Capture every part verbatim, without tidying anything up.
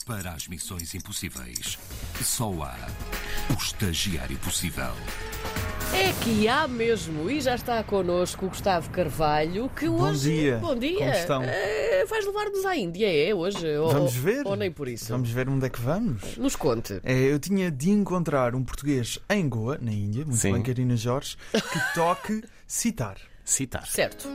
Para as missões impossíveis, só há o estagiário possível. É que há mesmo, e já está connosco o Gustavo Carvalho, que Bom hoje... dia. Bom dia! Como estão? Eh, vais levar-nos à Índia, é, hoje? Ou, Vamos ver. Ou nem por isso? Vamos ver onde é que vamos. Nos conte. É, eu tinha de encontrar um português em Goa, na Índia, muito Sim. bem, Karina Jorge, que toque citar. Citar. Certo.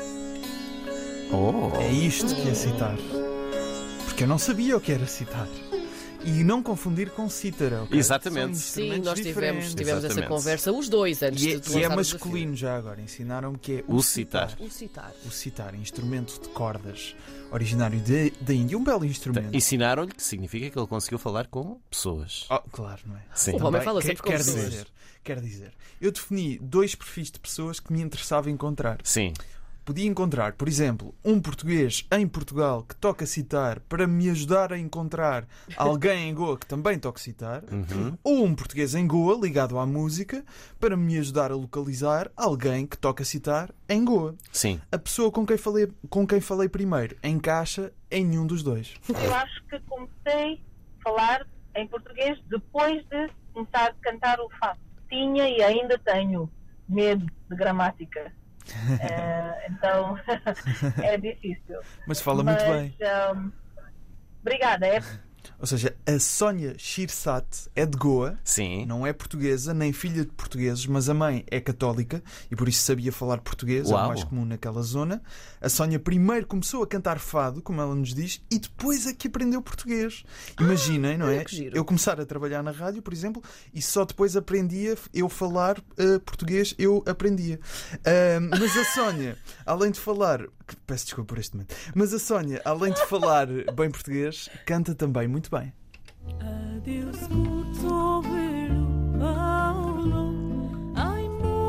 Oh. É isto que é citar. Porque eu não sabia o que era citar. E não confundir com cítara, ok? Exatamente. São Sim, instrumentos nós tivemos, diferentes. tivemos essa Exatamente. conversa, os dois, antes E é, de tu e é lançar o masculino já agora. Ensinaram-me que é O citar. desafio. O citar. O citar, instrumento de cordas, originário de- da Índia. Um belo instrumento. Ensinaram-lhe que significa que ele conseguiu falar com pessoas. Oh, claro, não é? Sim. O homem Também fala quer- sempre com quer pessoas. dizer, quer dizer, eu defini dois perfis de pessoas que me interessava encontrar. Sim. Podia encontrar, por exemplo, um português em Portugal que toca citar para me ajudar a encontrar alguém em Goa que também toque citar, Uhum. ou um português em Goa ligado à música para me ajudar a localizar alguém que toca citar em Goa. Sim. A pessoa com quem falei, com quem falei primeiro encaixa em nenhum dos dois. Eu acho que comecei a falar em português depois de começar a cantar o fado. Tinha e ainda tenho medo de gramática. Eh, então é difícil. Mas fala Mas, muito bem. ahm, obrigada. É Ou seja, a Sónia Shirsat é de Goa. Sim. Não é portuguesa, nem filha de portugueses, mas a mãe é católica e por isso sabia falar português, é o Uau. mais comum naquela zona. A Sónia primeiro começou a cantar fado, como ela nos diz, e depois é que aprendeu português. Imaginem, não olha é? que giro. Eu começar a trabalhar na rádio, por exemplo, e só depois aprendia, eu falar eh, português, eu aprendia. Ah, mas a Sónia, além de falar... que- Peço desculpa por este momento. Mas a Sónia, além de falar bem português, canta também muito bem. Adeus, cotovelo, Paulo. Ai,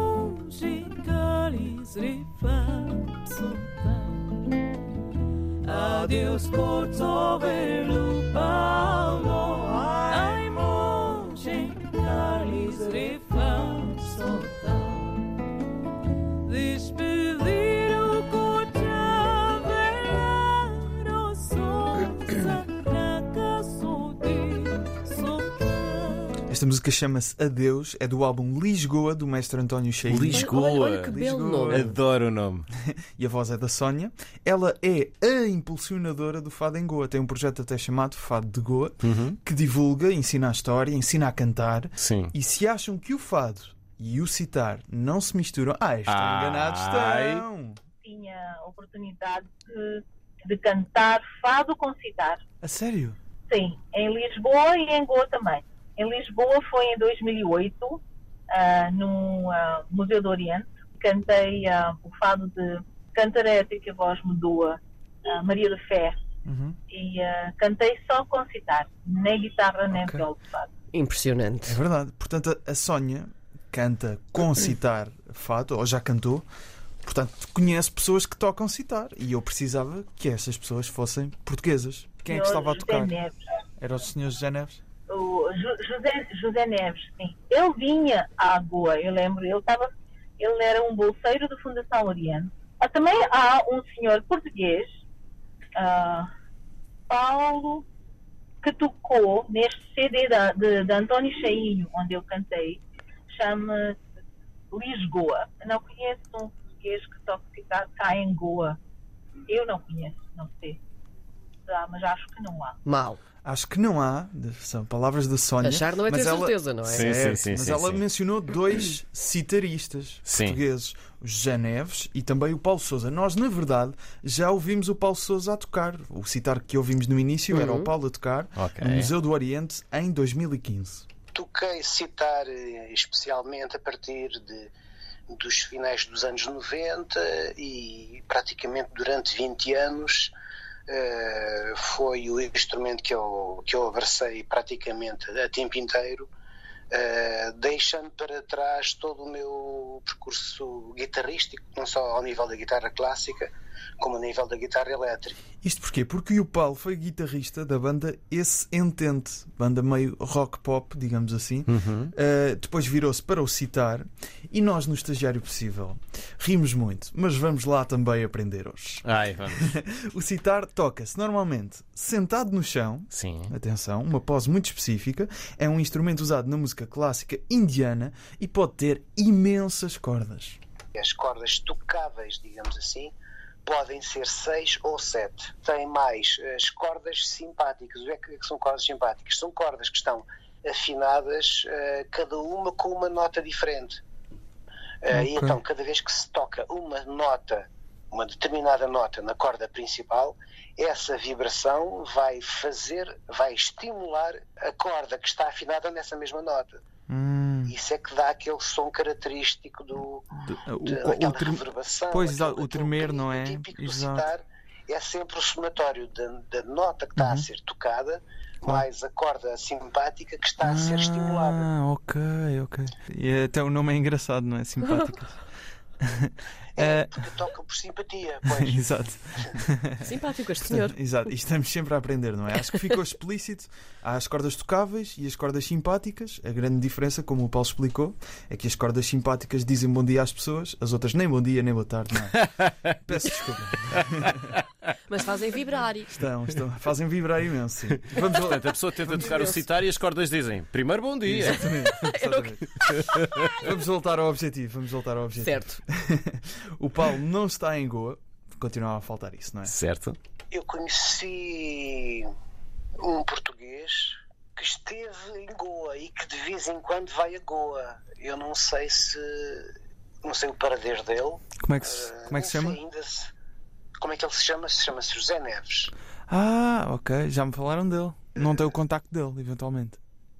músicas reflexo. Adeus, cotovelo, Paulo. Ai, músicas reflexo. Despedir o cotovelo, sousa, fracasso de soltar. Esta música chama-se Adeus, é do álbum Lisgoa, do mestre António Cheio. Lisgoa. Olha, olha que belo Lisgoa. nome. Adoro o nome. E a voz é da Sónia. Ela é a impulsionadora do Fado em Goa. Tem um projeto até chamado Fado de Goa, Uhum. que divulga, ensina a história, ensina a cantar. Sim. E se acham que o fado e o citar não se misturam, ah, estão Ai. enganados, estão. tinha a oportunidade de, de cantar fado com citar. A sério? Sim, em Lisboa e em Goa também. Em Lisboa foi em dois mil e oito, ah, no ah, Museu do Oriente. Cantei ah, o fado de Cantareta que a voz me doa, ah, Maria da Fé. Uhum. E ah, cantei só com citar, nem guitarra nem Ok. viol de fado. É Impressionante. verdade. Portanto, a- a Sónia canta com citar fado, ou já cantou. Portanto, conhece pessoas que tocam citar. E eu precisava que essas pessoas fossem portuguesas. Quem é que Senhor estava a tocar? José Neves. Era o senhor José Neves? O Ju- José, José Neves, sim. Ele vinha à Goa, eu lembro, ele estava, ele era um bolseiro da Fundação Oriente. Ah, também há um senhor português, ah, Paulo, que tocou neste C D da- de, de António Cheinho, onde eu cantei, chama-se Lisgoa. Eu não conheço um português que toque citar cá em Goa. Eu não conheço, não sei. Ah, mas acho que não há. Mal. Acho que não há, são palavras da Sónia. Achar não é ter mas ela- certeza, não é? Sim. Certo, mas sim, ela sim. mencionou dois citaristas Sim. portugueses, o José Neves e também o Paulo Sousa. Nós, na verdade, já ouvimos o Paulo Sousa a tocar. O citar que ouvimos no início era Uhum. o Paulo a tocar Ok. no Museu do Oriente em dois mil e quinze. Toquei citar eh, especialmente a partir de, dos finais dos anos noventa e praticamente durante vinte anos eh, foi o instrumento que eu, que eu abracei praticamente a tempo inteiro, eh, deixando para trás todo o meu percurso guitarrístico, não só ao nível da guitarra clássica, como a nível da guitarra elétrica. Isto porquê? Porque o Paulo foi guitarrista da banda Esse Entente, banda meio rock pop, digamos assim. Uhum. Uh, depois virou-se para o Citar e nós no Estagiário Possível rimos muito, mas vamos lá também aprender hoje. Ai, vamos. O Citar toca-se normalmente sentado no chão. Sim. Atenção, uma pose muito específica. É um instrumento usado na música clássica indiana e pode ter imensas cordas. As cordas tocáveis, digamos assim, podem ser seis ou sete. Tem mais as cordas simpáticas. O que é que são cordas simpáticas? São cordas que estão afinadas, uh, cada uma com uma nota diferente. Uh, Okay. E então, cada vez que se toca uma nota, uma determinada nota na corda principal, essa vibração vai fazer, vai estimular a corda que está afinada nessa mesma nota. Hum. Isso é que dá aquele som característico do, O, de, o, daquela o trem- reverbação. Pois, aquele- exato, o aquele tremer, brilho não é? típico do Exato. citar é sempre o somatório da, da nota que está Uhum. a ser tocada, Claro. mais a corda simpática que está a ser estimulada. Ah, ok, ok. E até o nome é engraçado, não é? Simpáticas. É, porque tocam por simpatia, pois. Exato. Simpático este senhor. Exato. E estamos sempre a aprender, não é? Acho que ficou explícito. Há as cordas tocáveis e as cordas simpáticas. A grande diferença, como o Paulo explicou, é que as cordas simpáticas dizem bom dia às pessoas, as outras nem bom dia, nem boa tarde, não é? Peço desculpa. Mas fazem vibrar. Estão, estão, fazem vibrar imenso. Sim. Vamos lá. Portanto, a pessoa tenta tocar o citar e as cordas dizem primeiro bom dia. Exatamente. Exatamente. Vamos voltar ao objetivo. Vamos voltar ao objetivo. Certo. O Paulo não está em Goa. Continua a faltar isso, não é? Certo. Eu conheci um português que esteve em Goa e que de vez em quando vai a Goa. Eu não sei se... não sei o paradeiro dele. Como é que se, Uh, como é que se não chama? sei ainda se- como é que ele se chama? Se chama-se José Neves. Ah, ok. Já me falaram dele. Não tem o contacto dele, eventualmente.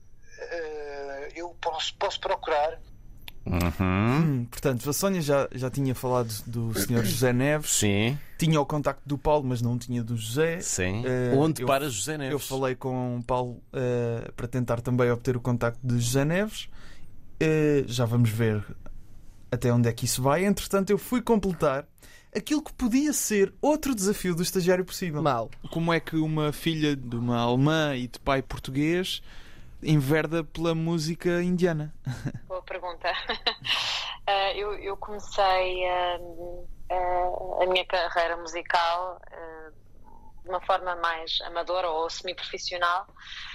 Uh, eu posso, posso procurar. Uhum. Hum, portanto, a Sónia já, já tinha falado do senhor José Neves. Sim, Tinha o contacto do Paulo, mas não tinha do José. sim. Eh, Onde eu- para José Neves? Eu falei com o Paulo eh, para tentar também obter o contacto de José Neves. Eh, já vamos ver até onde é que isso vai. Entretanto, eu fui completar aquilo que podia ser outro desafio do Estagiário Possível. Mal. Como é que uma filha de uma alemã e de pai português enverda pela música indiana? Boa pergunta. Uh, eu, eu comecei uh, uh, a minha carreira musical uh, de uma forma mais amadora ou semi-profissional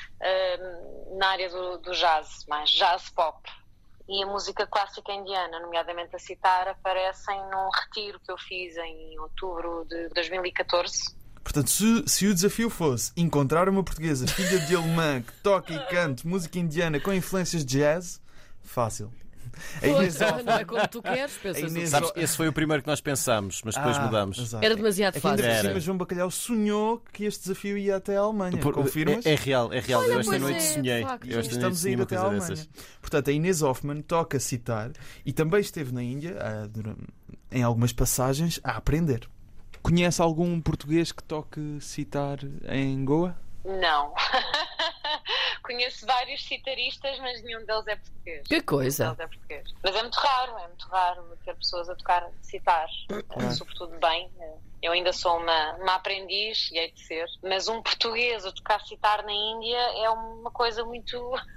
uh, na área do, do jazz, mais jazz pop. E a música clássica indiana, nomeadamente a citar, aparecem num retiro que eu fiz em outubro de dois mil e catorze. Portanto, se, se o desafio fosse encontrar uma portuguesa, filha de alemã, que toca e canta música indiana com influências de jazz, fácil. A Inês Pois, Hoffmann- não é como tu queres, pensas A Inês- assim. Sabes, esse foi o primeiro que nós pensámos, mas depois Ah, mudamos. exato. Era demasiado É que ainda fácil. por cima Era. João Bacalhau sonhou que este desafio ia até a Alemanha. Por- Confirmas? É, é real, é real. Olha, eu esta pois noite é, de sonhei. facto. Eu esta noite Estamos a sonhei ir uma até a coisa Alemanha. dessas. Portanto, a Inês Hoffmann toca a citar e também esteve na Índia, ah, dura- em algumas passagens, a aprender. Conhece algum português que toque citar em Goa? Não. Conheço vários citaristas, mas nenhum deles é português. Que coisa. Nenhum deles é português. Mas é muito raro, é muito raro ter pessoas a tocar citar, Claro. sobretudo bem. Eu ainda sou uma, uma aprendiz, e hei de ser, mas um português a tocar citar na Índia é uma coisa muito...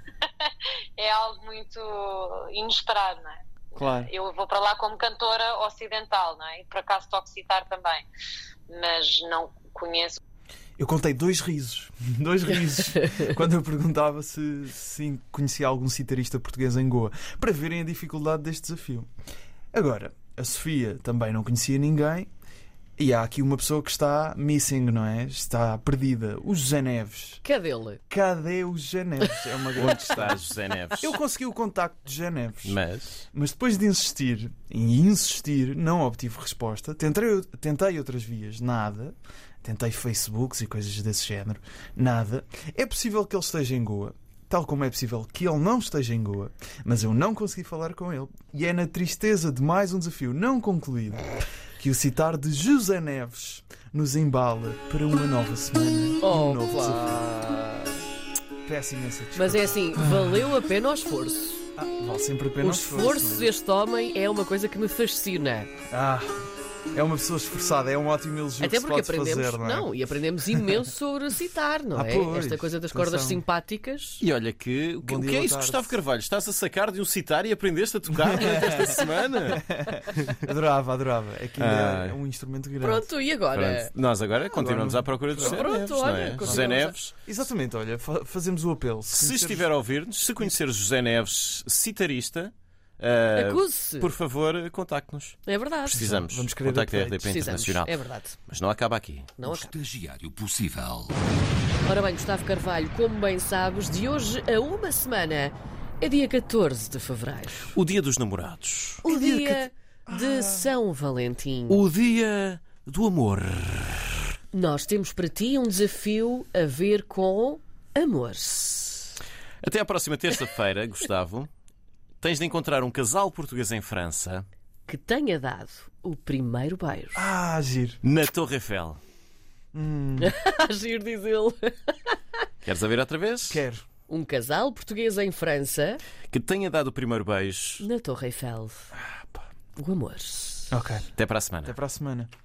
é algo muito inesperado, não é? Claro. Eu vou para lá como cantora ocidental, não é? E por acaso toco citar também, mas não conheço. Eu contei dois risos. Dois risos. Quando eu perguntava se, se conhecia algum citarista português em Goa. Para verem a dificuldade deste desafio. Agora, a Sofia também não conhecia ninguém. E há aqui uma pessoa que está missing, não é? Está perdida. O José Neves. Cadê ele? Cadê o José Neves? É uma grande Onde está José Neves? Eu consegui o contacto de José Neves. Mas, Mas depois de insistir e insistir, não obtive resposta. Tentei, tentei outras vias, nada. Tentei Facebooks e coisas desse género, nada. É possível que ele esteja em Goa, tal como é possível que ele não esteja em Goa, mas eu não consegui falar com ele. E é na tristeza de mais um desafio não concluído que o citar de José Neves nos embala para uma nova semana e Oh, um novo pá. desafio. Peço imensa desculpa. Mas é assim, valeu a pena o esforço. Ah, vale sempre a pena O o esforço não é? deste homem é uma coisa que me fascina. Ah, É uma pessoa esforçada, é um ótimo elogio Até que se porque pode aprendemos, fazer, não é? e aprendemos imenso sobre citar, não Ah, é? pois, Esta coisa das cordas atenção. simpáticas. E olha que o que, Bom o que dia, é boa isso, tarde. Gustavo Carvalho? Estás a sacar de um citar e aprendeste a tocar durante esta semana? Adorava, adorava. É que ainda Ah. é um instrumento grande. Pronto, e agora? Pronto, nós agora continuamos Agora- à procura de José Pronto, Neves, olha, não é? continuamos José a- Neves, Exatamente, olha, fa- fazemos o apelo. se conheceres- estiver a ouvir-nos, se conhecer José Neves, citarista, ah, Acuse-se. por favor, contacte-nos. É verdade. Precisamos. Vamos querer Contacte a R D P updates. Precisamos. Internacional. É verdade. Mas não acaba aqui. Não O acaba. estagiário possível. Ora bem, Gustavo Carvalho, como bem sabes, de hoje a uma semana é dia catorze de fevereiro. O dia dos namorados. O dia de São Valentim. O dia do amor. Nós temos para ti um desafio a ver com amor. Até à próxima terça-feira, Gustavo, tens de encontrar um casal português em França, Que tenha dado o primeiro beijo. Ah, giro. na Torre Eiffel. Agir, diz ele. Queres a ver outra vez? Quero. Um casal português em França, Que tenha dado o primeiro beijo. na Torre Eiffel. O amor. Ok. Até para a semana. Até para a semana.